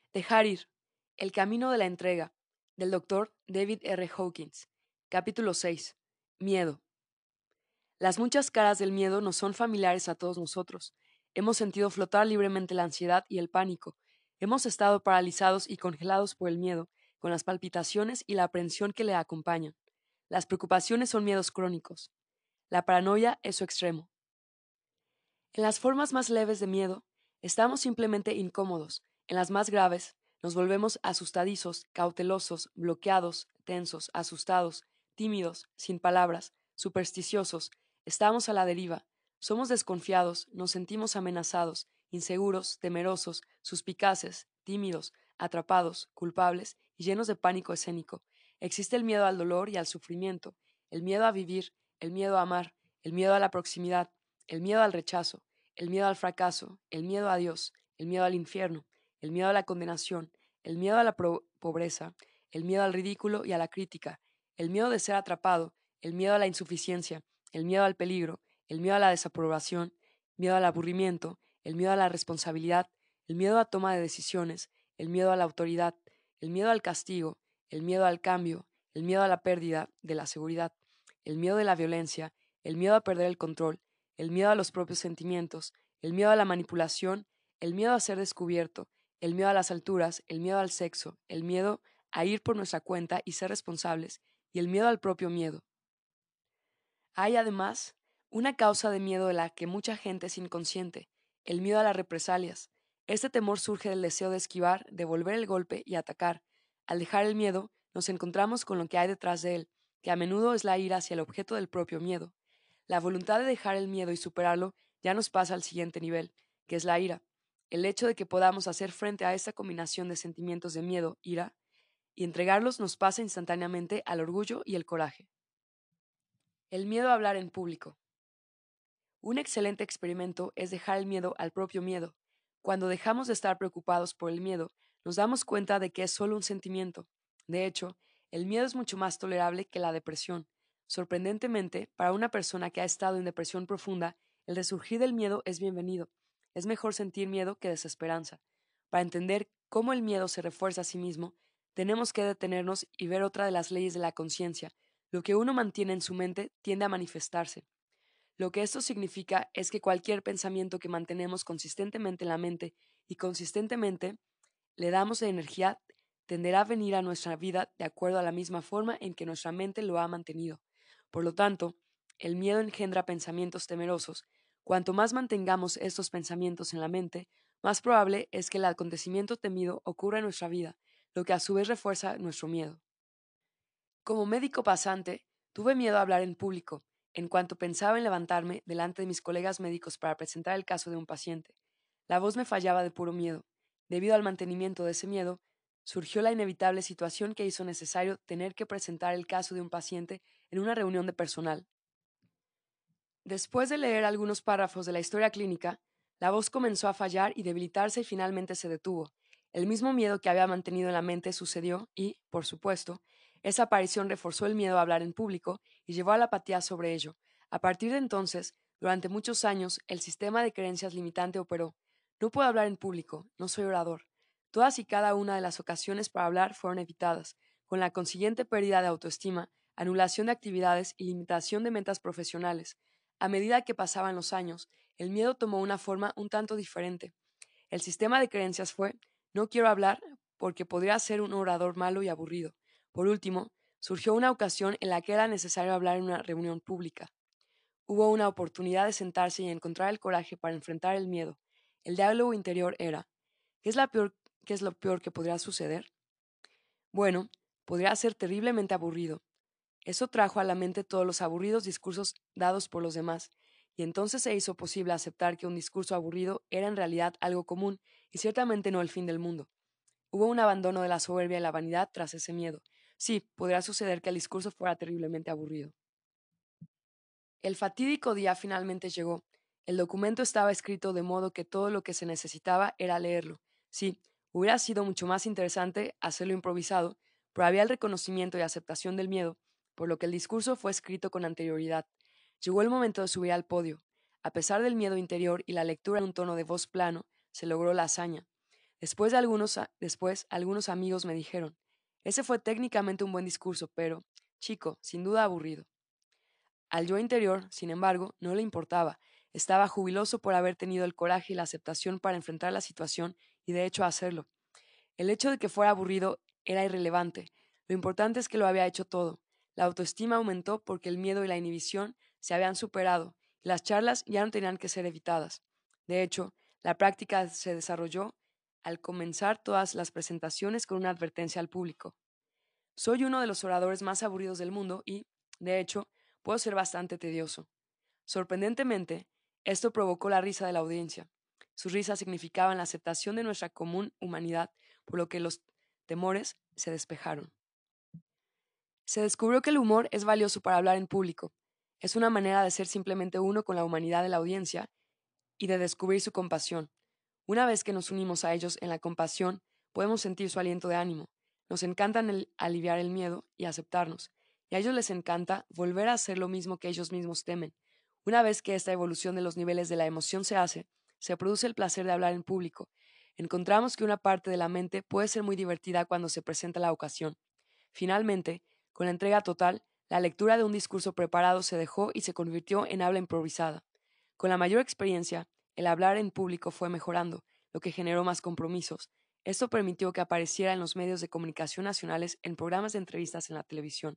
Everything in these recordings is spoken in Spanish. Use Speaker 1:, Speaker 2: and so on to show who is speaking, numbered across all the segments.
Speaker 1: Dejar ir. El camino de la entrega. Del doctor David R. Hawkins. Capítulo 6. Miedo. Las muchas caras del miedo nos son familiares a todos nosotros. Hemos sentido flotar libremente la ansiedad y el pánico. Hemos estado paralizados y congelados por el miedo, con las palpitaciones y la aprensión que le acompañan. Las preocupaciones son miedos crónicos. La paranoia es su extremo. En las formas más leves de miedo, estamos simplemente incómodos. En las más graves, nos volvemos asustadizos, cautelosos, bloqueados, tensos, asustados, tímidos, sin palabras, supersticiosos. Estamos a la deriva. Somos desconfiados, nos sentimos amenazados, inseguros, temerosos, suspicaces, tímidos, atrapados, culpables y llenos de pánico escénico. Existe el miedo al dolor y al sufrimiento, el miedo a vivir, el miedo a amar, el miedo a la proximidad, el miedo al rechazo, el miedo al fracaso, el miedo a Dios, el miedo al infierno, el miedo a la condenación, el miedo a la pobreza, el miedo al ridículo y a la crítica, el miedo de ser atrapado, el miedo a la insuficiencia, el miedo al peligro, el miedo a la desaprobación, miedo al aburrimiento, el miedo a la responsabilidad, el miedo a toma de decisiones, el miedo a la autoridad, el miedo al castigo, el miedo al cambio, el miedo a la pérdida de la seguridad, el miedo de la violencia, el miedo a perder el control, el miedo a los propios sentimientos, el miedo a la manipulación, el miedo a ser descubierto, el miedo a las alturas, el miedo al sexo, el miedo a ir por nuestra cuenta y ser responsables, y el miedo al propio miedo. Hay, además, una causa de miedo de la que mucha gente es inconsciente, el miedo a las represalias. Este temor surge del deseo de esquivar, devolver el golpe y atacar. Al dejar el miedo, nos encontramos con lo que hay detrás de él, que a menudo es la ira hacia el objeto del propio miedo. La voluntad de dejar el miedo y superarlo ya nos pasa al siguiente nivel, que es la ira. El hecho de que podamos hacer frente a esta combinación de sentimientos de miedo, ira, y entregarlos nos pasa instantáneamente al orgullo y el coraje. El miedo a hablar en público. Un excelente experimento es dejar el miedo al propio miedo. Cuando dejamos de estar preocupados por el miedo, nos damos cuenta de que es solo un sentimiento. De hecho, el miedo es mucho más tolerable que la depresión. Sorprendentemente, para una persona que ha estado en depresión profunda, el resurgir del miedo es bienvenido. Es mejor sentir miedo que desesperanza. Para entender cómo el miedo se refuerza a sí mismo, tenemos que detenernos y ver otra de las leyes de la conciencia. Lo que uno mantiene en su mente tiende a manifestarse. Lo que esto significa es que cualquier pensamiento que mantenemos consistentemente en la mente y consistentemente le damos de energía tenderá a venir a nuestra vida de acuerdo a la misma forma en que nuestra mente lo ha mantenido. Por lo tanto, el miedo engendra pensamientos temerosos. Cuanto más mantengamos estos pensamientos en la mente, más probable es que el acontecimiento temido ocurra en nuestra vida, lo que a su vez refuerza nuestro miedo. Como médico pasante, tuve miedo a hablar en público, en cuanto pensaba en levantarme delante de mis colegas médicos para presentar el caso de un paciente. La voz me fallaba de puro miedo. Debido al mantenimiento de ese miedo, surgió la inevitable situación que hizo necesario tener que presentar el caso de un paciente en una reunión de personal. Después de leer algunos párrafos de la historia clínica, la voz comenzó a fallar y debilitarse y finalmente se detuvo. El mismo miedo que había mantenido en la mente sucedió y, por supuesto, esa aparición reforzó el miedo a hablar en público y llevó a la apatía sobre ello. A partir de entonces, durante muchos años, el sistema de creencias limitante operó. No puedo hablar en público, no soy orador. Todas y cada una de las ocasiones para hablar fueron evitadas, con la consiguiente pérdida de autoestima, anulación de actividades y limitación de metas profesionales. A medida que pasaban los años, el miedo tomó una forma un tanto diferente. El sistema de creencias fue: no quiero hablar porque podría ser un orador malo y aburrido. Por último, surgió una ocasión en la que era necesario hablar en una reunión pública. Hubo una oportunidad de sentarse y encontrar el coraje para enfrentar el miedo. El diálogo interior era: ¿qué es lo peor que podría suceder? Bueno, podría ser terriblemente aburrido. Eso trajo a la mente todos los aburridos discursos dados por los demás, y entonces se hizo posible aceptar que un discurso aburrido era en realidad algo común y ciertamente no el fin del mundo. Hubo un abandono de la soberbia y la vanidad tras ese miedo. Sí, podría suceder que el discurso fuera terriblemente aburrido. El fatídico día finalmente llegó. El documento estaba escrito de modo que todo lo que se necesitaba era leerlo. Sí, hubiera sido mucho más interesante hacerlo improvisado, pero había el reconocimiento y aceptación del miedo, por lo que el discurso fue escrito con anterioridad. Llegó el momento de subir al podio. A pesar del miedo interior y la lectura en un tono de voz plano, se logró la hazaña. Después, algunos amigos me dijeron, ese fue técnicamente un buen discurso, pero, chico, sin duda aburrido. Al yo interior, sin embargo, no le importaba. Estaba jubiloso por haber tenido el coraje y la aceptación para enfrentar la situación y de hecho hacerlo. El hecho de que fuera aburrido era irrelevante. Lo importante es que lo había hecho todo. La autoestima aumentó porque el miedo y la inhibición se habían superado y las charlas ya no tenían que ser evitadas. De hecho, la práctica se desarrolló al comenzar todas las presentaciones con una advertencia al público. Soy uno de los oradores más aburridos del mundo y, de hecho, puedo ser bastante tedioso. Sorprendentemente, esto provocó la risa de la audiencia. Sus risas significaban la aceptación de nuestra común humanidad, por lo que los temores se despejaron. Se descubrió que el humor es valioso para hablar en público. Es una manera de ser simplemente uno con la humanidad de la audiencia y de descubrir su compasión. Una vez que nos unimos a ellos en la compasión, podemos sentir su aliento de ánimo. Nos encanta aliviar el miedo y aceptarnos, y a ellos les encanta volver a hacer lo mismo que ellos mismos temen. Una vez que esta evolución de los niveles de la emoción se hace, se produce el placer de hablar en público. Encontramos que una parte de la mente puede ser muy divertida cuando se presenta la ocasión. Finalmente, con la entrega total, la lectura de un discurso preparado se dejó y se convirtió en habla improvisada. Con la mayor experiencia, el hablar en público fue mejorando, lo que generó más compromisos. Esto permitió que apareciera en los medios de comunicación nacionales en programas de entrevistas en la televisión.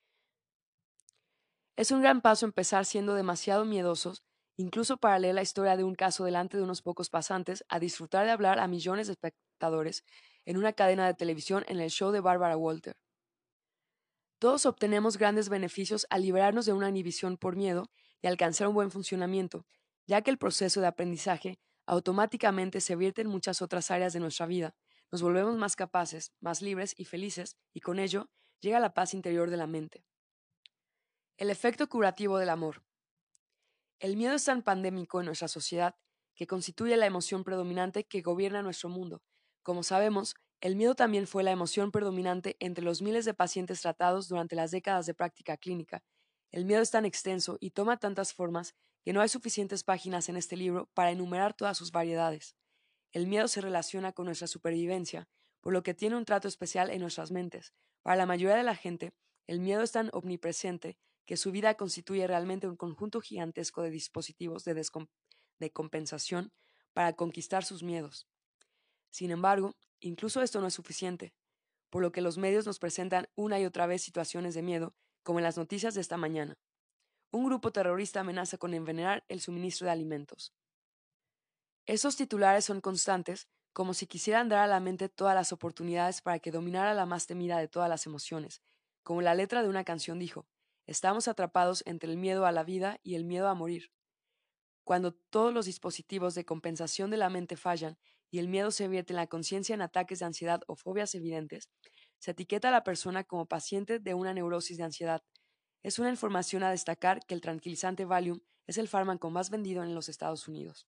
Speaker 1: Es un gran paso empezar siendo demasiado miedosos, incluso para leer la historia de un caso delante de unos pocos pasantes, a disfrutar de hablar a millones de espectadores en una cadena de televisión en el show de Barbara Walter. Todos obtenemos grandes beneficios al liberarnos de una inhibición por miedo y alcanzar un buen funcionamiento, ya que el proceso de aprendizaje automáticamente se vierte en muchas otras áreas de nuestra vida. Nos volvemos más capaces, más libres y felices, y con ello llega la paz interior de la mente. El efecto curativo del amor. El miedo es tan pandémico en nuestra sociedad que constituye la emoción predominante que gobierna nuestro mundo. Como sabemos, el miedo también fue la emoción predominante entre los miles de pacientes tratados durante las décadas de práctica clínica. El miedo es tan extenso y toma tantas formas que no hay suficientes páginas en este libro para enumerar todas sus variedades. El miedo se relaciona con nuestra supervivencia, por lo que tiene un trato especial en nuestras mentes. Para la mayoría de la gente, el miedo es tan omnipresente que su vida constituye realmente un conjunto gigantesco de dispositivos de compensación para conquistar sus miedos. Sin embargo, incluso esto no es suficiente, por lo que los medios nos presentan una y otra vez situaciones de miedo, como en las noticias de esta mañana. Un grupo terrorista amenaza con envenenar el suministro de alimentos. Esos titulares son constantes, como si quisieran dar a la mente todas las oportunidades para que dominara la más temida de todas las emociones. Como la letra de una canción dijo, estamos atrapados entre el miedo a la vida y el miedo a morir. Cuando todos los dispositivos de compensación de la mente fallan y el miedo se vierte en la conciencia en ataques de ansiedad o fobias evidentes, se etiqueta a la persona como paciente de una neurosis de ansiedad. Es una información a destacar que el tranquilizante Valium es el fármaco más vendido en los Estados Unidos.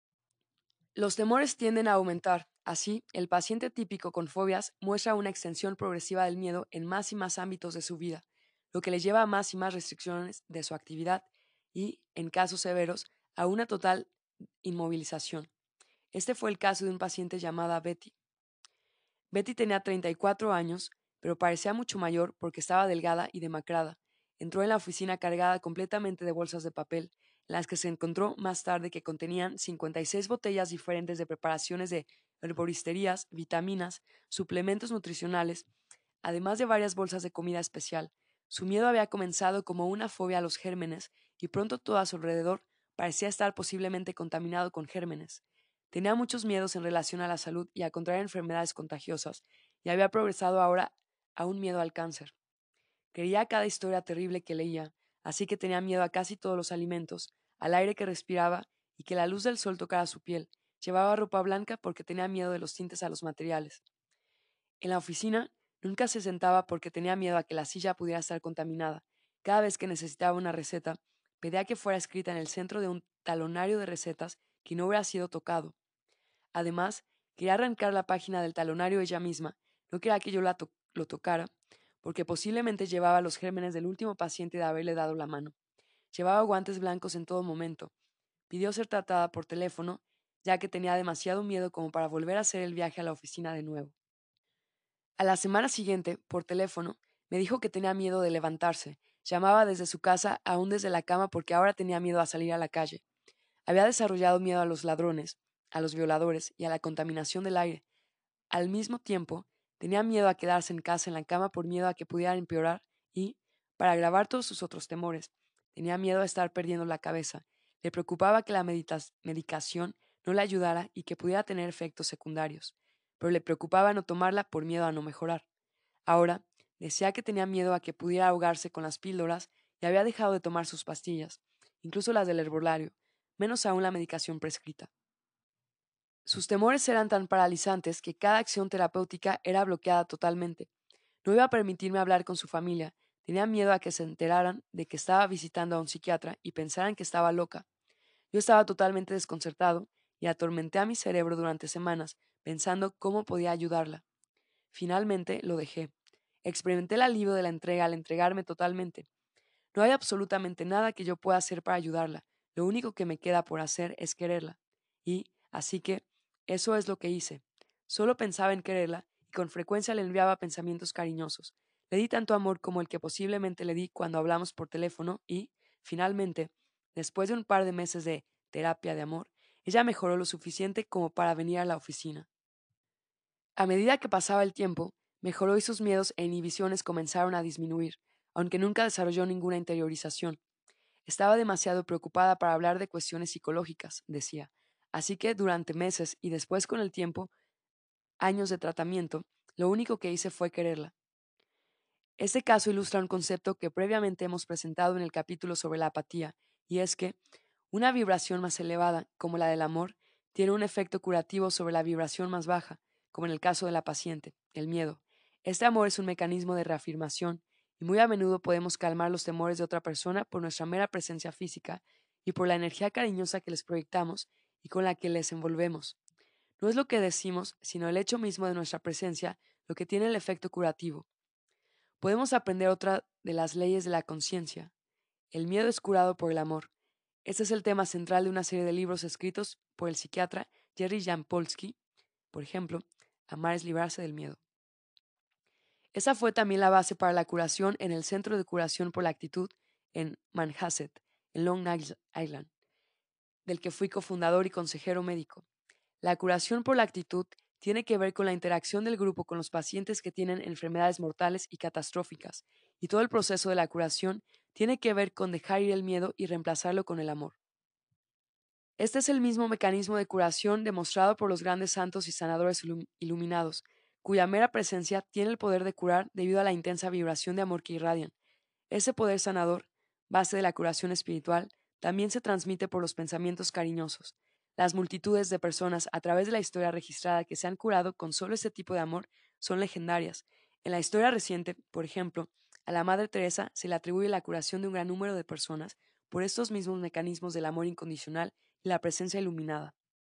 Speaker 1: Los temores tienden a aumentar. Así, el paciente típico con fobias muestra una extensión progresiva del miedo en más y más ámbitos de su vida, lo que le lleva a más y más restricciones de su actividad y, en casos severos, a una total inmovilización. Este fue el caso de un paciente llamada Betty. Betty tenía 34 años, pero parecía mucho mayor porque estaba delgada y demacrada. Entró en la oficina cargada completamente de bolsas de papel, en las que se encontró más tarde que contenían 56 botellas diferentes de preparaciones de herboristerías, vitaminas, suplementos nutricionales, además de varias bolsas de comida especial. Su miedo había comenzado como una fobia a los gérmenes y pronto todo a su alrededor parecía estar posiblemente contaminado con gérmenes. Tenía muchos miedos en relación a la salud y a contraer enfermedades contagiosas, y había progresado ahora a un miedo al cáncer. Creía cada historia terrible que leía, así que tenía miedo a casi todos los alimentos, al aire que respiraba y que la luz del sol tocara su piel. Llevaba ropa blanca porque tenía miedo de los tintes a los materiales. En la oficina nunca se sentaba porque tenía miedo a que la silla pudiera estar contaminada. Cada vez que necesitaba una receta, pedía que fuera escrita en el centro de un talonario de recetas que no hubiera sido tocado. Además, quería arrancar la página del talonario ella misma. No quería que yo lo tocara, porque posiblemente llevaba los gérmenes del último paciente de haberle dado la mano. Llevaba guantes blancos en todo momento. Pidió ser tratada por teléfono, ya que tenía demasiado miedo como para volver a hacer el viaje a la oficina de nuevo. A la semana siguiente, por teléfono, me dijo que tenía miedo de levantarse. Llamaba desde su casa, aún desde la cama, porque ahora tenía miedo a salir a la calle. Había desarrollado miedo a los ladrones, a los violadores y a la contaminación del aire. Al mismo tiempo, tenía miedo a quedarse en casa en la cama por miedo a que pudiera empeorar y, para agravar todos sus otros temores, tenía miedo a estar perdiendo la cabeza. Le preocupaba que la medicación no le ayudara y que pudiera tener efectos secundarios, pero le preocupaba no tomarla por miedo a no mejorar. Ahora, decía que tenía miedo a que pudiera ahogarse con las píldoras y había dejado de tomar sus pastillas, incluso las del herbolario, menos aún la medicación prescrita. Sus temores eran tan paralizantes que cada acción terapéutica era bloqueada totalmente. No iba a permitirme hablar con su familia. Tenía miedo a que se enteraran de que estaba visitando a un psiquiatra y pensaran que estaba loca. Yo estaba totalmente desconcertado y atormenté a mi cerebro durante semanas pensando cómo podía ayudarla. Finalmente lo dejé. Experimenté el alivio de la entrega al entregarme totalmente. No hay absolutamente nada que yo pueda hacer para ayudarla. Lo único que me queda por hacer es quererla. Y, así que, eso es lo que hice. Solo pensaba en quererla y con frecuencia le enviaba pensamientos cariñosos. Le di tanto amor como el que posiblemente le di cuando hablamos por teléfono y, finalmente, después de un par de meses de terapia de amor, ella mejoró lo suficiente como para venir a la oficina. A medida que pasaba el tiempo, mejoró y sus miedos e inhibiciones comenzaron a disminuir, aunque nunca desarrolló ninguna interiorización. Estaba demasiado preocupada para hablar de cuestiones psicológicas, decía. Así que durante meses y después con el tiempo, años de tratamiento, lo único que hice fue quererla. Este caso ilustra un concepto que previamente hemos presentado en el capítulo sobre la apatía, y es que una vibración más elevada, como la del amor, tiene un efecto curativo sobre la vibración más baja, como en el caso de la paciente, el miedo. Este amor es un mecanismo de reafirmación, y muy a menudo podemos calmar los temores de otra persona por nuestra mera presencia física y por la energía cariñosa que les proyectamos y con la que les envolvemos. No es lo que decimos, sino el hecho mismo de nuestra presencia lo que tiene el efecto curativo. Podemos aprender otra de las leyes de la conciencia. El miedo es curado por el amor. Este es el tema central de una serie de libros escritos por el psiquiatra Jerry Jampolsky. Por ejemplo, Amar es librarse del miedo. Esa fue también la base para la curación en el Centro de Curación por la Actitud en Manhasset, en Long Island, del que fui cofundador y consejero médico. La curación por la actitud tiene que ver con la interacción del grupo con los pacientes que tienen enfermedades mortales y catastróficas, y todo el proceso de la curación tiene que ver con dejar ir el miedo y reemplazarlo con el amor. Este es el mismo mecanismo de curación demostrado por los grandes santos y sanadores iluminados, cuya mera presencia tiene el poder de curar debido a la intensa vibración de amor que irradian. Ese poder sanador, base de la curación espiritual, también se transmite por los pensamientos cariñosos. Las multitudes de personas a través de la historia registrada que se han curado con solo este tipo de amor son legendarias. En la historia reciente, por ejemplo, a la Madre Teresa se le atribuye la curación de un gran número de personas por estos mismos mecanismos del amor incondicional y la presencia iluminada.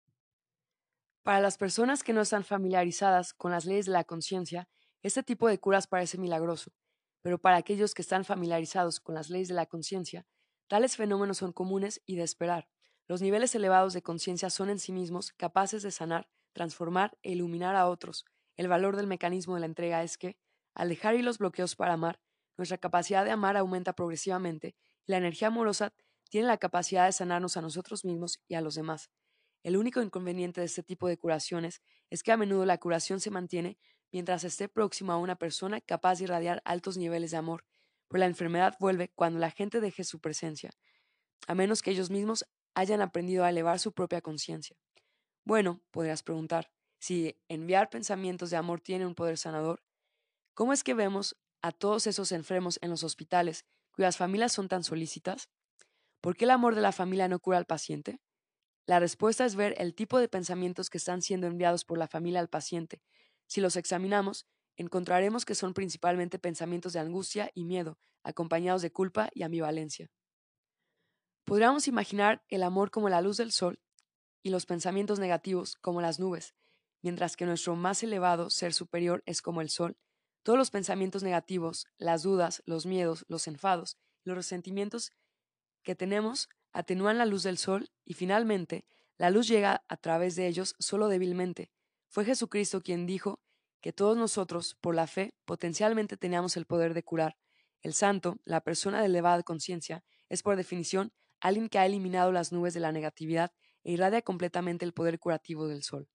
Speaker 1: Para las personas que no están familiarizadas con las leyes de la conciencia, este tipo de curas parece milagroso, pero para aquellos que están familiarizados con las leyes de la conciencia, tales fenómenos son comunes y de esperar. Los niveles elevados de conciencia son en sí mismos capaces de sanar, transformar e iluminar a otros. El valor del mecanismo de la entrega es que, al dejar ir los bloqueos para amar, nuestra capacidad de amar aumenta progresivamente y la energía amorosa tiene la capacidad de sanarnos a nosotros mismos y a los demás. El único inconveniente de este tipo de curaciones es que a menudo la curación se mantiene mientras esté próximo a una persona capaz de irradiar altos niveles de amor, pero la enfermedad vuelve cuando la gente deje su presencia, a menos que ellos mismos hayan aprendido a elevar su propia conciencia. Bueno, podrías preguntar, si enviar pensamientos de amor tiene un poder sanador, ¿cómo es que vemos a todos esos enfermos en los hospitales cuyas familias son tan solícitas? ¿Por qué el amor de la familia no cura al paciente? La respuesta es ver el tipo de pensamientos que están siendo enviados por la familia al paciente. Si los examinamos, encontraremos que son principalmente pensamientos de angustia y miedo, acompañados de culpa y ambivalencia. Podríamos imaginar el amor como la luz del sol y los pensamientos negativos como las nubes, mientras que nuestro más elevado ser superior es como el sol. Todos los pensamientos negativos, las dudas, los miedos, los enfados, los resentimientos que tenemos atenúan la luz del sol y finalmente La luz llega a través de ellos solo débilmente. Fue Jesucristo quien dijo que todos nosotros, por la fe, potencialmente teníamos el poder de curar. El santo, la persona de elevada conciencia, es por definición alguien que ha eliminado las nubes de la negatividad e irradia completamente el poder curativo del sol.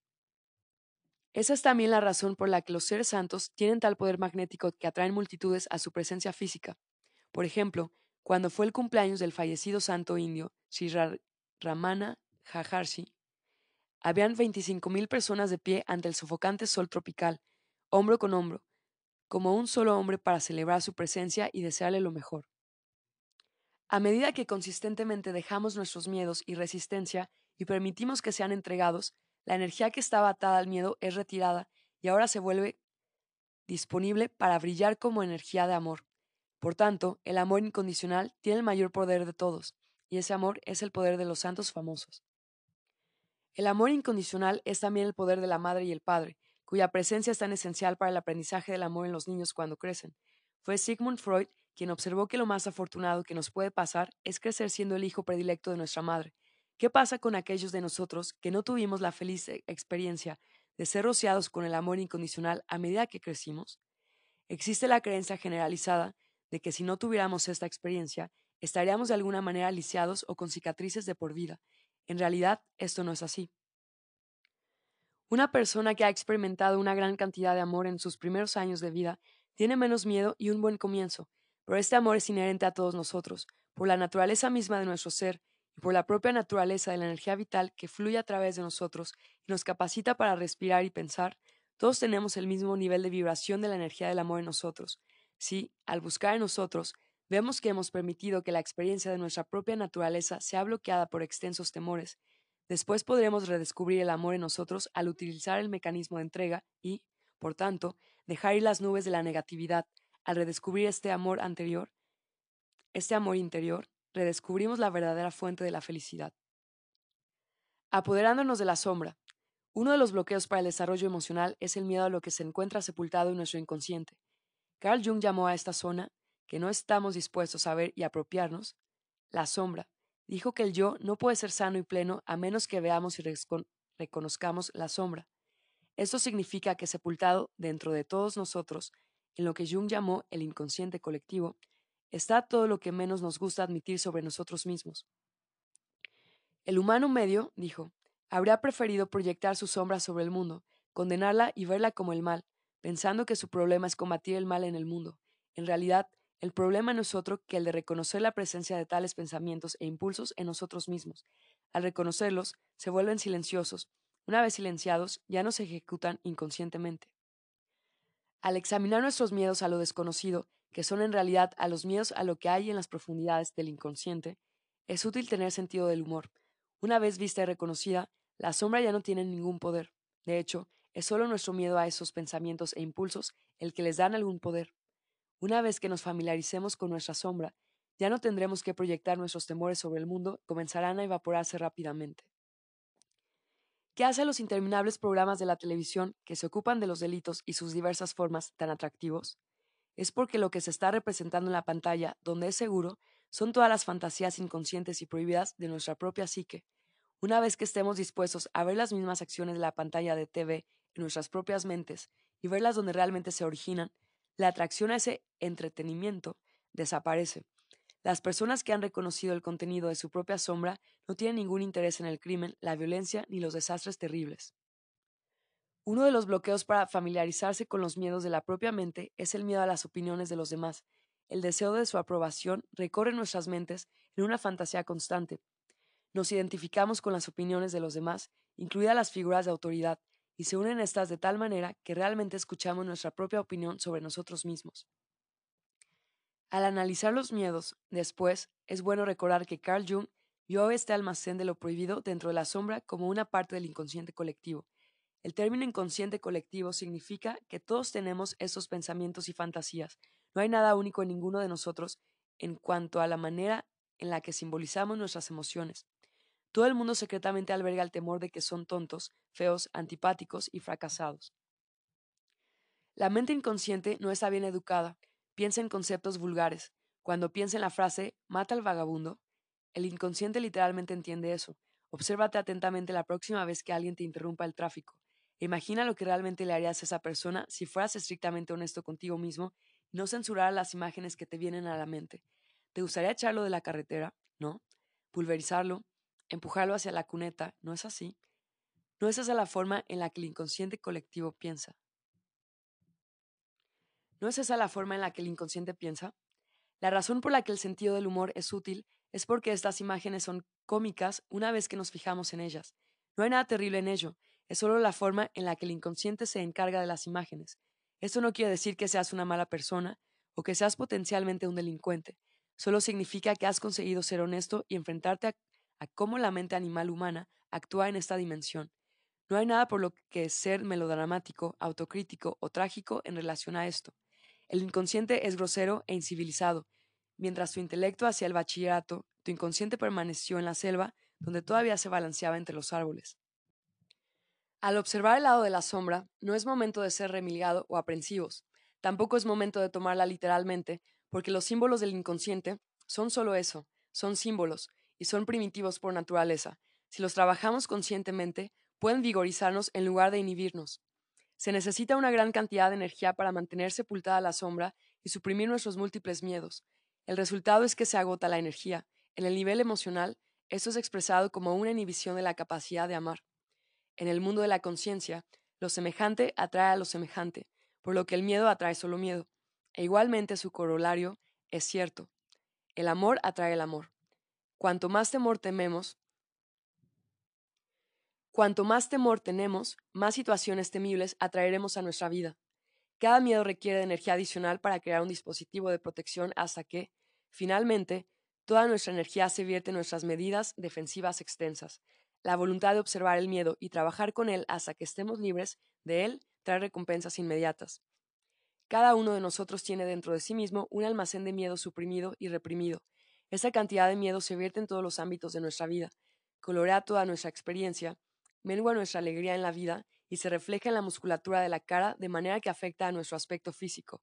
Speaker 1: Esa es también la razón por la que los seres santos tienen tal poder magnético que atraen multitudes a su presencia física. Por ejemplo, cuando fue el cumpleaños del fallecido santo indio Sri Ramana Maharshi, habían 25,000 personas de pie ante el sofocante sol tropical, hombro con hombro, como un solo hombre para celebrar su presencia y desearle lo mejor. A medida que consistentemente dejamos nuestros miedos y resistencia y permitimos que sean entregados, la energía que estaba atada al miedo es retirada y ahora se vuelve disponible para brillar como energía de amor. Por tanto, el amor incondicional tiene el mayor poder de todos, y ese amor es el poder de los santos famosos. El amor incondicional es también el poder de la madre y el padre, cuya presencia es tan esencial para el aprendizaje del amor en los niños cuando crecen. Fue Sigmund Freud quien observó que lo más afortunado que nos puede pasar es crecer siendo el hijo predilecto de nuestra madre. ¿Qué pasa con aquellos de nosotros que no tuvimos la feliz experiencia de ser rociados con el amor incondicional a medida que crecimos? Existe la creencia generalizada de que si no tuviéramos esta experiencia, estaríamos de alguna manera lisiados o con cicatrices de por vida. En realidad, esto no es así. Una persona que ha experimentado una gran cantidad de amor en sus primeros años de vida tiene menos miedo y un buen comienzo, pero este amor es inherente a todos nosotros, por la naturaleza misma de nuestro ser y por la propia naturaleza de la energía vital que fluye a través de nosotros y nos capacita para respirar y pensar. Todos tenemos el mismo nivel de vibración de la energía del amor en nosotros. Si, al buscar en nosotros, vemos que hemos permitido que la experiencia de nuestra propia naturaleza sea bloqueada por extensos temores, después podremos redescubrir el amor en nosotros al utilizar el mecanismo de entrega y, por tanto, dejar ir las nubes de la negatividad. Al redescubrir este amor interior, redescubrimos la verdadera fuente de la felicidad. Apoderándonos de la sombra. Uno de los bloqueos para el desarrollo emocional es el miedo a lo que se encuentra sepultado en nuestro inconsciente. Carl Jung llamó a esta zona, que no estamos dispuestos a ver y apropiarnos, la sombra. Dijo que el yo no puede ser sano y pleno a menos que veamos y reconozcamos la sombra. Esto significa que sepultado dentro de todos nosotros, en lo que Jung llamó el inconsciente colectivo, está todo lo que menos nos gusta admitir sobre nosotros mismos. El humano medio, dijo, habría preferido proyectar su sombra sobre el mundo, condenarla y verla como el mal, pensando que su problema es combatir el mal en el mundo. En realidad, el problema no es otro que el de reconocer la presencia de tales pensamientos e impulsos en nosotros mismos. Al reconocerlos, se vuelven silenciosos. Una vez silenciados, ya no se ejecutan inconscientemente. Al examinar nuestros miedos a lo desconocido, que son en realidad a los miedos a lo que hay en las profundidades del inconsciente, es útil tener sentido del humor. Una vez vista y reconocida, la sombra ya no tiene ningún poder. De hecho, es solo nuestro miedo a esos pensamientos e impulsos el que les dan algún poder. Una vez que nos familiaricemos con nuestra sombra, ya no tendremos que proyectar nuestros temores sobre el mundo, comenzarán a evaporarse rápidamente. ¿Qué hacen los interminables programas de la televisión que se ocupan de los delitos y sus diversas formas tan atractivos? Es porque lo que se está representando en la pantalla, donde es seguro, son todas las fantasías inconscientes y prohibidas de nuestra propia psique. Una vez que estemos dispuestos a ver las mismas acciones de la pantalla de TV en nuestras propias mentes y verlas donde realmente se originan, la atracción a ese entretenimiento desaparece. Las personas que han reconocido el contenido de su propia sombra no tienen ningún interés en el crimen, la violencia ni los desastres terribles. Uno de los bloqueos para familiarizarse con los miedos de la propia mente es el miedo a las opiniones de los demás. El deseo de su aprobación recorre nuestras mentes en una fantasía constante. Nos identificamos con las opiniones de los demás, incluidas las figuras de autoridad, y se unen estas de tal manera que realmente escuchamos nuestra propia opinión sobre nosotros mismos. Al analizar los miedos, después, es bueno recordar que Carl Jung vio este almacén de lo prohibido dentro de la sombra como una parte del inconsciente colectivo. El término inconsciente colectivo significa que todos tenemos esos pensamientos y fantasías. No hay nada único en ninguno de nosotros en cuanto a la manera en la que simbolizamos nuestras emociones. Todo el mundo secretamente alberga el temor de que son tontos, feos, antipáticos y fracasados. La mente inconsciente no está bien educada, piensa en conceptos vulgares. Cuando piensa en la frase «mata al vagabundo», el inconsciente literalmente entiende eso. Obsérvate atentamente la próxima vez que alguien te interrumpa el tráfico. Imagina lo que realmente le harías a esa persona si fueras estrictamente honesto contigo mismo y no censuraras las imágenes que te vienen a la mente. ¿Te gustaría echarlo de la carretera? ¿No? ¿Pulverizarlo? ¿Empujarlo hacia la cuneta? ¿No es así? ¿No es esa la forma en la que el inconsciente colectivo piensa? ¿No es esa la forma en la que el inconsciente piensa? La razón por la que el sentido del humor es útil es porque estas imágenes son cómicas una vez que nos fijamos en ellas. No hay nada terrible en ello, es solo la forma en la que el inconsciente se encarga de las imágenes. Esto no quiere decir que seas una mala persona o que seas potencialmente un delincuente. Solo significa que has conseguido ser honesto y enfrentarte a cómo la mente animal humana actúa en esta dimensión. No hay nada por lo que ser melodramático, autocrítico o trágico en relación a esto. El inconsciente es grosero e incivilizado. Mientras tu intelecto hacía el bachillerato, tu inconsciente permaneció en la selva, donde todavía se balanceaba entre los árboles. Al observar el lado de la sombra, no es momento de ser remilgado o aprensivos. Tampoco es momento de tomarla literalmente, porque los símbolos del inconsciente son solo eso, son símbolos, y son primitivos por naturaleza. Si los trabajamos conscientemente, pueden vigorizarnos en lugar de inhibirnos. Se necesita una gran cantidad de energía para mantener sepultada la sombra y suprimir nuestros múltiples miedos. El resultado es que se agota la energía. En el nivel emocional, esto es expresado como una inhibición de la capacidad de amar. En el mundo de la conciencia, lo semejante atrae a lo semejante, por lo que el miedo atrae solo miedo. E igualmente su corolario es cierto. El amor atrae el amor. Cuanto más temor tememos, cuanto más temor tenemos, más situaciones temibles atraeremos a nuestra vida. Cada miedo requiere de energía adicional para crear un dispositivo de protección hasta que, finalmente, toda nuestra energía se vierte en nuestras medidas defensivas extensas. La voluntad de observar el miedo y trabajar con él hasta que estemos libres de él trae recompensas inmediatas. Cada uno de nosotros tiene dentro de sí mismo un almacén de miedo suprimido y reprimido. Esa cantidad de miedo se vierte en todos los ámbitos de nuestra vida, colorea toda nuestra experiencia, mengua nuestra alegría en la vida y se refleja en la musculatura de la cara de manera que afecta a nuestro aspecto físico,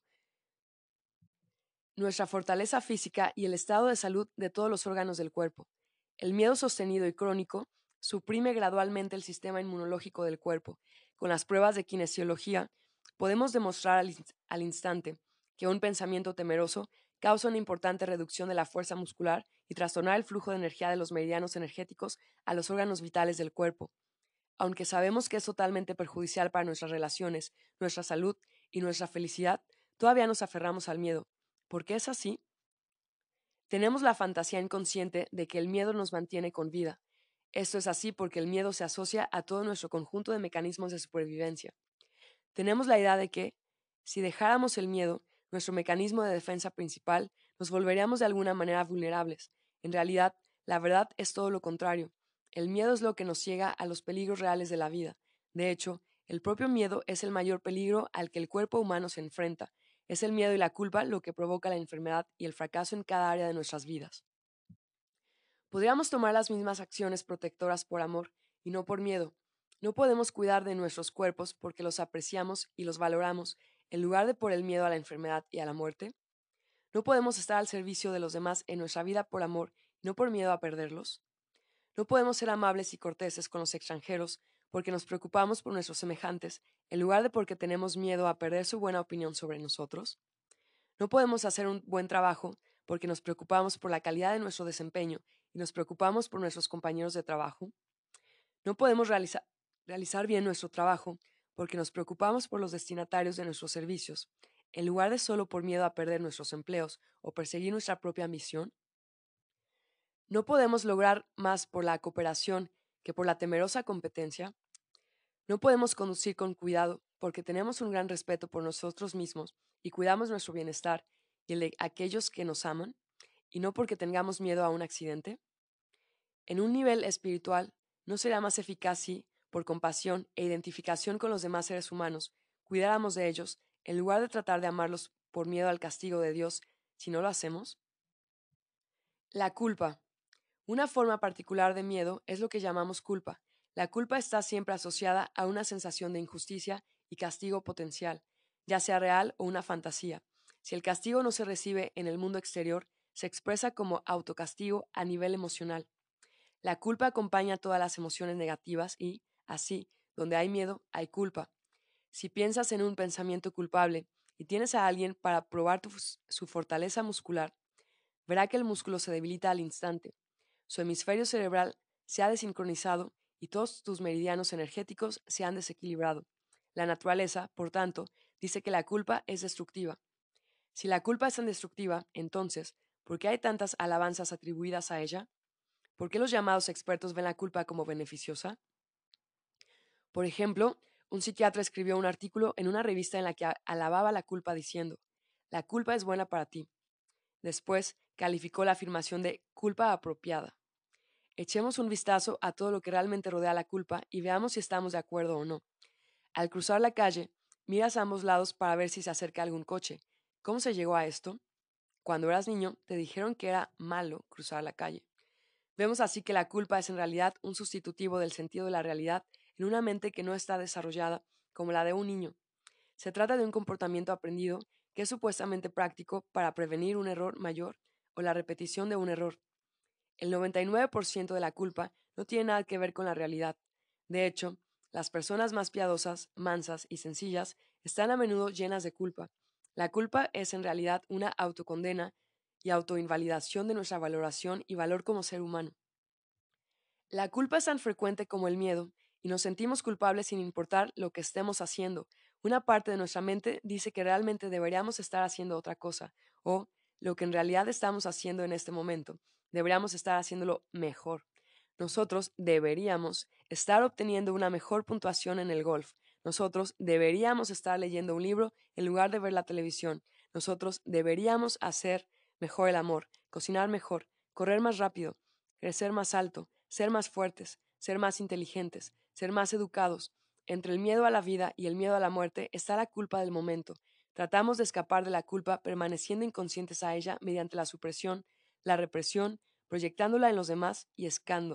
Speaker 1: nuestra fortaleza física y el estado de salud de todos los órganos del cuerpo. El miedo sostenido y crónico suprime gradualmente el sistema inmunológico del cuerpo. Con las pruebas de kinesiología, podemos demostrar al instante que un pensamiento temeroso causa una importante reducción de la fuerza muscular y trastornar el flujo de energía de los meridianos energéticos a los órganos vitales del cuerpo. Aunque sabemos que es totalmente perjudicial para nuestras relaciones, nuestra salud y nuestra felicidad, todavía nos aferramos al miedo. ¿Por qué es así? Tenemos la fantasía inconsciente de que el miedo nos mantiene con vida. Esto es así porque el miedo se asocia a todo nuestro conjunto de mecanismos de supervivencia. Tenemos la idea de que, si dejáramos el miedo, nuestro mecanismo de defensa principal, nos volveríamos de alguna manera vulnerables. En realidad, la verdad es todo lo contrario. El miedo es lo que nos ciega a los peligros reales de la vida. De hecho, el propio miedo es el mayor peligro al que el cuerpo humano se enfrenta. Es el miedo y la culpa lo que provoca la enfermedad y el fracaso en cada área de nuestras vidas. Podríamos tomar las mismas acciones protectoras por amor y no por miedo. No podemos cuidar de nuestros cuerpos porque los apreciamos y los valoramos en lugar de por el miedo a la enfermedad y a la muerte. No podemos estar al servicio de los demás en nuestra vida por amor y no por miedo a perderlos. No podemos ser amables y corteses con los extranjeros porque nos preocupamos por nuestros semejantes en lugar de porque tenemos miedo a perder su buena opinión sobre nosotros. No podemos hacer un buen trabajo porque nos preocupamos por la calidad de nuestro desempeño y nos preocupamos por nuestros compañeros de trabajo. No podemos realizar bien nuestro trabajo porque nos preocupamos por los destinatarios de nuestros servicios, en lugar de solo por miedo a perder nuestros empleos o perseguir nuestra propia ambición. No podemos lograr más por la cooperación que por la temerosa competencia. No podemos conducir con cuidado porque tenemos un gran respeto por nosotros mismos y cuidamos nuestro bienestar y el de aquellos que nos aman, y no porque tengamos miedo a un accidente. En un nivel espiritual, ¿no será más eficaz si, por compasión e identificación con los demás seres humanos, cuidáramos de ellos en lugar de tratar de amarlos por miedo al castigo de Dios si no lo hacemos? La culpa. Una forma particular de miedo es lo que llamamos culpa. La culpa está siempre asociada a una sensación de injusticia y castigo potencial, ya sea real o una fantasía. Si el castigo no se recibe en el mundo exterior, se expresa como autocastigo a nivel emocional. La culpa acompaña todas las emociones negativas y, así, donde hay miedo, hay culpa. Si piensas en un pensamiento culpable y tienes a alguien para probar su fortaleza muscular, verá que el músculo se debilita al instante. Su hemisferio cerebral se ha desincronizado y todos tus meridianos energéticos se han desequilibrado. La naturaleza, por tanto, dice que la culpa es destructiva. Si la culpa es tan destructiva, entonces, ¿por qué hay tantas alabanzas atribuidas a ella? ¿Por qué los llamados expertos ven la culpa como beneficiosa? Por ejemplo, un psiquiatra escribió un artículo en una revista en la que alababa la culpa diciendo, la culpa es buena para ti. Después, calificó la afirmación de culpa apropiada. Echemos un vistazo a todo lo que realmente rodea la culpa y veamos si estamos de acuerdo o no. Al cruzar la calle, miras a ambos lados para ver si se acerca algún coche. ¿Cómo se llegó a esto? Cuando eras niño, te dijeron que era malo cruzar la calle. Vemos así que la culpa es en realidad un sustitutivo del sentido de la realidad en una mente que no está desarrollada como la de un niño. Se trata de un comportamiento aprendido que es supuestamente práctico para prevenir un error mayor o la repetición de un error. El 99% de la culpa no tiene nada que ver con la realidad. De hecho, las personas más piadosas, mansas y sencillas están a menudo llenas de culpa. La culpa es en realidad una autocondena y autoinvalidación de nuestra valoración y valor como ser humano. La culpa es tan frecuente como el miedo y nos sentimos culpables sin importar lo que estemos haciendo. Una parte de nuestra mente dice que realmente deberíamos estar haciendo otra cosa o lo que en realidad estamos haciendo en este momento. Deberíamos estar haciéndolo mejor. Nosotros deberíamos estar obteniendo una mejor puntuación en el golf. Nosotros deberíamos estar leyendo un libro en lugar de ver la televisión. Nosotros deberíamos hacer mejor el amor, cocinar mejor, correr más rápido, crecer más alto, ser más fuertes, ser más inteligentes, ser más educados. Entre el miedo a la vida y el miedo a la muerte está la culpa del momento. Tratamos de escapar de la culpa permaneciendo inconscientes a ella mediante la supresión, la represión, proyectándola en los demás y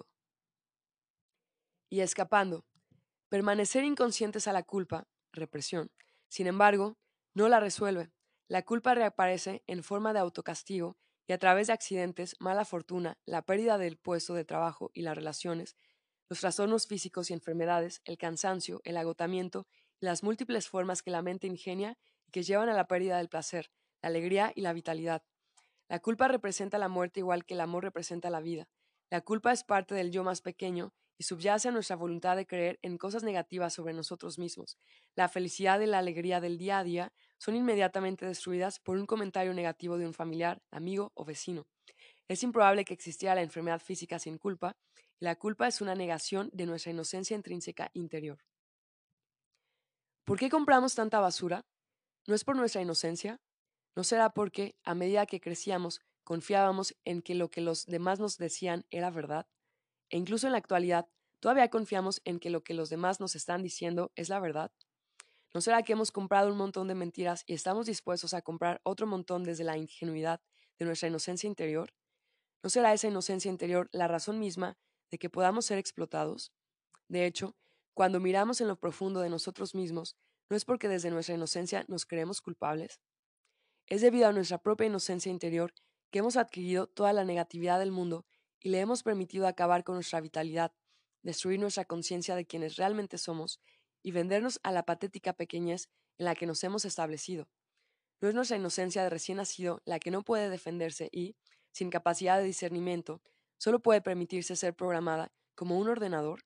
Speaker 1: escapando. Permanecer inconscientes a la culpa, represión, sin embargo, no la resuelve. La culpa reaparece en forma de autocastigo y a través de accidentes, mala fortuna, la pérdida del puesto de trabajo y las relaciones, los trastornos físicos y enfermedades, el cansancio, el agotamiento y las múltiples formas que la mente ingenia y que llevan a la pérdida del placer, la alegría y la vitalidad. La culpa representa la muerte igual que el amor representa la vida. La culpa es parte del yo más pequeño y subyace a nuestra voluntad de creer en cosas negativas sobre nosotros mismos. La felicidad y la alegría del día a día son inmediatamente destruidas por un comentario negativo de un familiar, amigo o vecino. Es improbable que existiera la enfermedad física sin culpa, y la culpa es una negación de nuestra inocencia intrínseca interior. ¿Por qué compramos tanta basura? ¿No es por nuestra inocencia? ¿No será porque, a medida que crecíamos, confiábamos en que lo que los demás nos decían era verdad? E incluso en la actualidad, todavía confiamos en que lo que los demás nos están diciendo es la verdad. ¿No será que hemos comprado un montón de mentiras y estamos dispuestos a comprar otro montón desde la ingenuidad de nuestra inocencia interior? ¿No será esa inocencia interior la razón misma de que podamos ser explotados? De hecho, cuando miramos en lo profundo de nosotros mismos, ¿no es porque desde nuestra inocencia nos creemos culpables? Es debido a nuestra propia inocencia interior que hemos adquirido toda la negatividad del mundo y le hemos permitido acabar con nuestra vitalidad, destruir nuestra conciencia de quienes realmente somos y vendernos a la patética pequeñez en la que nos hemos establecido. ¿No es nuestra inocencia de recién nacido la que no puede defenderse y, sin capacidad de discernimiento, solo puede permitirse ser programada como un ordenador?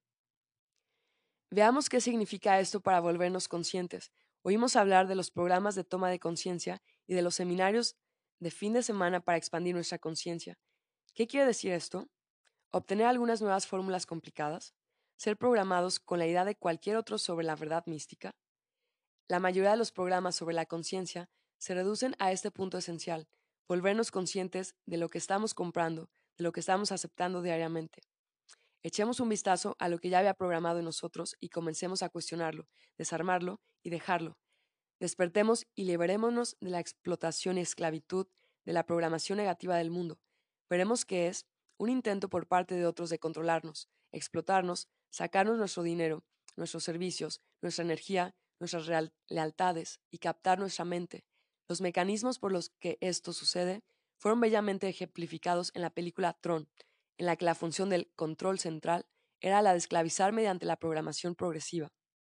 Speaker 1: Veamos qué significa esto para volvernos conscientes. Oímos hablar de los programas de toma de conciencia y de los seminarios de fin de semana para expandir nuestra conciencia. ¿Qué quiere decir esto? ¿Obtener algunas nuevas fórmulas complicadas? ¿Ser programados con la idea de cualquier otro sobre la verdad mística? La mayoría de los programas sobre la conciencia se reducen a este punto esencial, volvernos conscientes de lo que estamos comprando, de lo que estamos aceptando diariamente. Echemos un vistazo a lo que ya había programado en nosotros y comencemos a cuestionarlo, desarmarlo y dejarlo. Despertemos y liberémonos de la explotación y esclavitud de la programación negativa del mundo. Veremos que es un intento por parte de otros de controlarnos, explotarnos, sacarnos nuestro dinero, nuestros servicios, nuestra energía, nuestras lealtades y captar nuestra mente. Los mecanismos por los que esto sucede fueron bellamente ejemplificados en la película Tron, en la que la función del control central era la de esclavizar mediante la programación progresiva.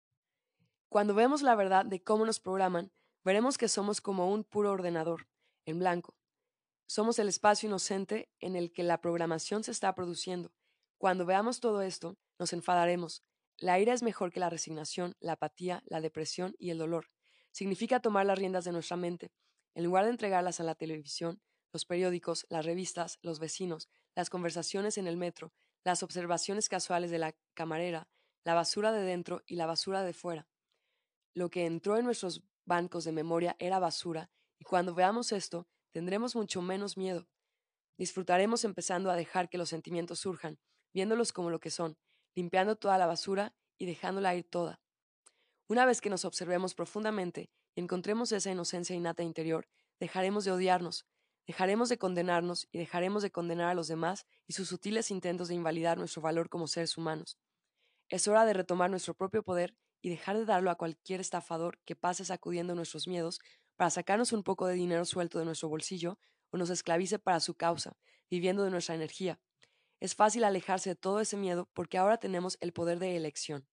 Speaker 1: Cuando vemos la verdad de cómo nos programan, veremos que somos como un puro ordenador, en blanco. Somos el espacio inocente en el que la programación se está produciendo. Cuando veamos todo esto, nos enfadaremos. La ira es mejor que la resignación, la apatía, la depresión y el dolor. Significa tomar las riendas de nuestra mente. En lugar de entregarlas a la televisión, los periódicos, las revistas, los vecinos, las conversaciones en el metro, las observaciones casuales de la camarera, la basura de dentro y la basura de fuera. Lo que entró en nuestros bancos de memoria era basura, y cuando veamos esto, tendremos mucho menos miedo. Disfrutaremos empezando a dejar que los sentimientos surjan, viéndolos como lo que son, limpiando toda la basura y dejándola ir toda. Una vez que nos observemos profundamente y encontremos esa inocencia innata interior, dejaremos de odiarnos, dejaremos de condenarnos y dejaremos de condenar a los demás y sus sutiles intentos de invalidar nuestro valor como seres humanos. Es hora de retomar nuestro propio poder y dejar de darlo a cualquier estafador que pase sacudiendo nuestros miedos para sacarnos un poco de dinero suelto de nuestro bolsillo o nos esclavice para su causa, viviendo de nuestra energía. Es fácil alejarse de todo ese miedo porque ahora tenemos el poder de elección.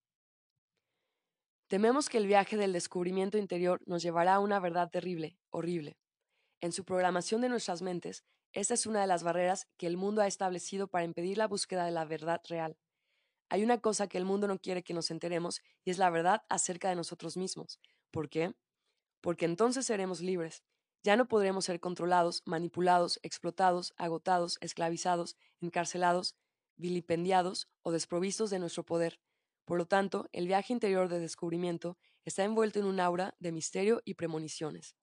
Speaker 1: Tememos que el viaje del descubrimiento interior nos llevará a una verdad terrible, horrible. En su programación de nuestras mentes, esta es una de las barreras que el mundo ha establecido para impedir la búsqueda de la verdad real. Hay una cosa que el mundo no quiere que nos enteremos y es la verdad acerca de nosotros mismos. ¿Por qué? Porque entonces seremos libres. Ya no podremos ser controlados, manipulados, explotados, agotados, esclavizados, encarcelados, vilipendiados o desprovistos de nuestro poder. Por lo tanto, el viaje interior de descubrimiento está envuelto en un aura de misterio y premoniciones.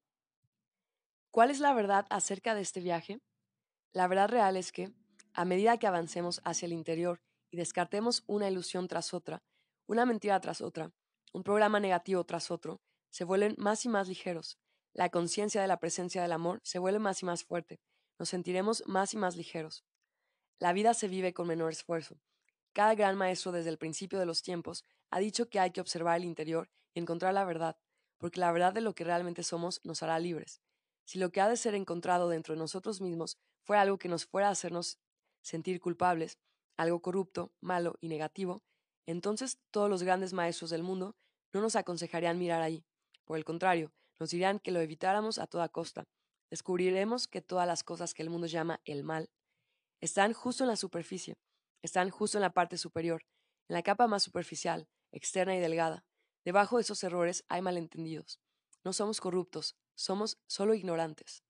Speaker 1: ¿Cuál es la verdad acerca de este viaje? La verdad real es que, a medida que avancemos hacia el interior y descartemos una ilusión tras otra, una mentira tras otra, un programa negativo tras otro, se vuelven más y más ligeros. La conciencia de la presencia del amor se vuelve más y más fuerte. Nos sentiremos más y más ligeros. La vida se vive con menor esfuerzo. Cada gran maestro desde el principio de los tiempos ha dicho que hay que observar el interior y encontrar la verdad, porque la verdad de lo que realmente somos nos hará libres. Si lo que ha de ser encontrado dentro de nosotros mismos fuera algo que nos fuera a hacernos sentir culpables, algo corrupto, malo y negativo, entonces todos los grandes maestros del mundo no nos aconsejarían mirar ahí. Por el contrario, nos dirían que lo evitáramos a toda costa. Descubriremos que todas las cosas que el mundo llama el mal están justo en la superficie, están justo en la parte superior, en la capa más superficial, externa y delgada. Debajo de esos errores hay malentendidos. No somos corruptos, somos solo ignorantes.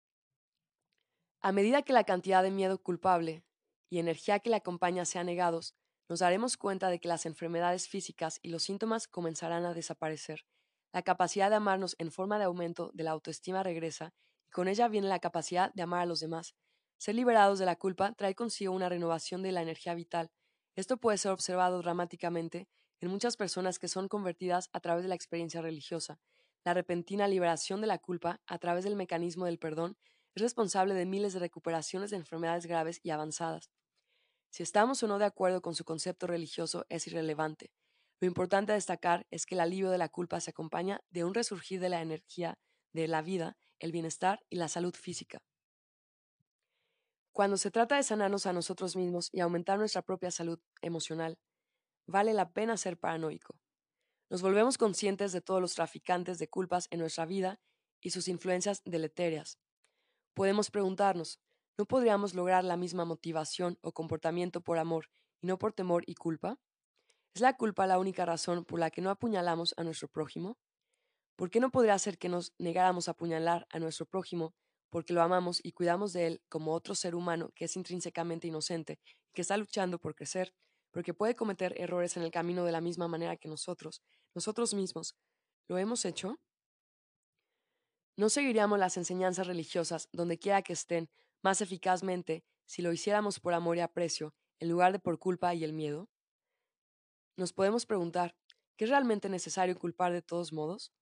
Speaker 1: A medida que la cantidad de miedo culpable y energía que le acompaña sean negados, nos daremos cuenta de que las enfermedades físicas y los síntomas comenzarán a desaparecer. La capacidad de amarnos en forma de aumento de la autoestima regresa y con ella viene la capacidad de amar a los demás. Ser liberados de la culpa trae consigo una renovación de la energía vital. Esto puede ser observado dramáticamente en muchas personas que son convertidas a través de la experiencia religiosa. La repentina liberación de la culpa a través del mecanismo del perdón es responsable de miles de recuperaciones de enfermedades graves y avanzadas. Si estamos o no de acuerdo con su concepto religioso es irrelevante. Lo importante a destacar es que el alivio de la culpa se acompaña de un resurgir de la energía, de la vida, el bienestar y la salud física. Cuando se trata de sanarnos a nosotros mismos y aumentar nuestra propia salud emocional, vale la pena ser paranoico. Nos volvemos conscientes de todos los traficantes de culpas en nuestra vida y sus influencias deletéreas. Podemos preguntarnos, ¿no podríamos lograr la misma motivación o comportamiento por amor y no por temor y culpa? ¿Es la culpa la única razón por la que no apuñalamos a nuestro prójimo? ¿Por qué no podría ser que nos negáramos a apuñalar a nuestro prójimo porque lo amamos y cuidamos de él como otro ser humano que es intrínsecamente inocente y que está luchando por crecer, porque puede cometer errores en el camino de la misma manera que nosotros mismos? ¿Lo hemos hecho? ¿No seguiríamos las enseñanzas religiosas, donde quiera que estén, más eficazmente si lo hiciéramos por amor y aprecio, en lugar de por culpa y el miedo? Nos podemos preguntar, ¿qué es realmente necesario culpar de todos modos?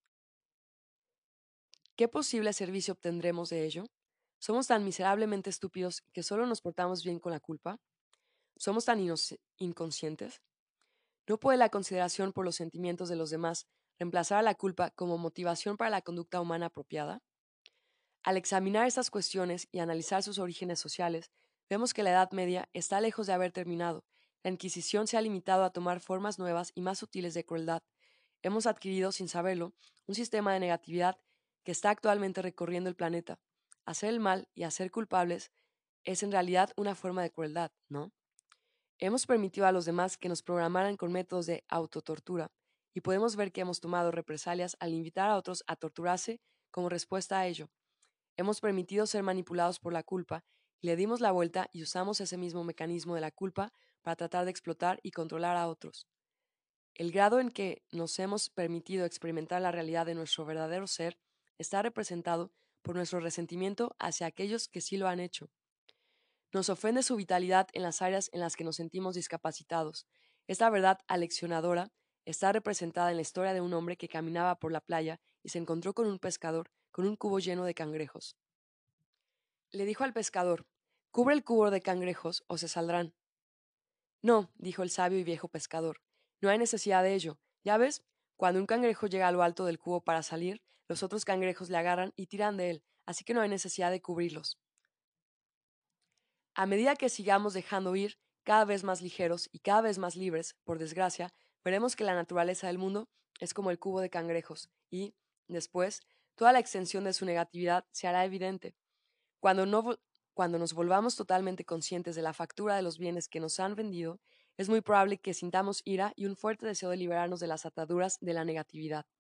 Speaker 1: ¿Qué posible servicio obtendremos de ello? ¿Somos tan miserablemente estúpidos que solo nos portamos bien con la culpa? ¿Somos tan inconscientes? ¿No puede la consideración por los sentimientos de los demás reemplazar a la culpa como motivación para la conducta humana apropiada? Al examinar estas cuestiones y analizar sus orígenes sociales, vemos que la Edad Media está lejos de haber terminado. La Inquisición se ha limitado a tomar formas nuevas y más sutiles de crueldad. Hemos adquirido, sin saberlo, un sistema de negatividad que está actualmente recorriendo el planeta. Hacer el mal y hacer culpables es en realidad una forma de crueldad, ¿no? Hemos permitido a los demás que nos programaran con métodos de autotortura, y podemos ver que hemos tomado represalias al invitar a otros a torturarse como respuesta a ello. Hemos permitido ser manipulados por la culpa y le dimos la vuelta y usamos ese mismo mecanismo de la culpa para tratar de explotar y controlar a otros. El grado en que nos hemos permitido experimentar la realidad de nuestro verdadero ser está representado por nuestro resentimiento hacia aquellos que sí lo han hecho. Nos ofende su vitalidad en las áreas en las que nos sentimos discapacitados. Esta verdad aleccionadora está representada en la historia de un hombre que caminaba por la playa y se encontró con un pescador con un cubo lleno de cangrejos. Le dijo al pescador: «Cubre el cubo de cangrejos o se saldrán». «No», dijo el sabio y viejo pescador, «no hay necesidad de ello. Ya ves, cuando un cangrejo llega a lo alto del cubo para salir, los otros cangrejos le agarran y tiran de él, así que no hay necesidad de cubrirlos. A medida que sigamos dejando ir, cada vez más ligeros y cada vez más libres, por desgracia, veremos que la naturaleza del mundo es como el cubo de cangrejos y, después, toda la extensión de su negatividad se hará evidente. Cuando nos volvamos totalmente conscientes de la factura de los bienes que nos han vendido, es muy probable que sintamos ira y un fuerte deseo de liberarnos de las ataduras de la negatividad.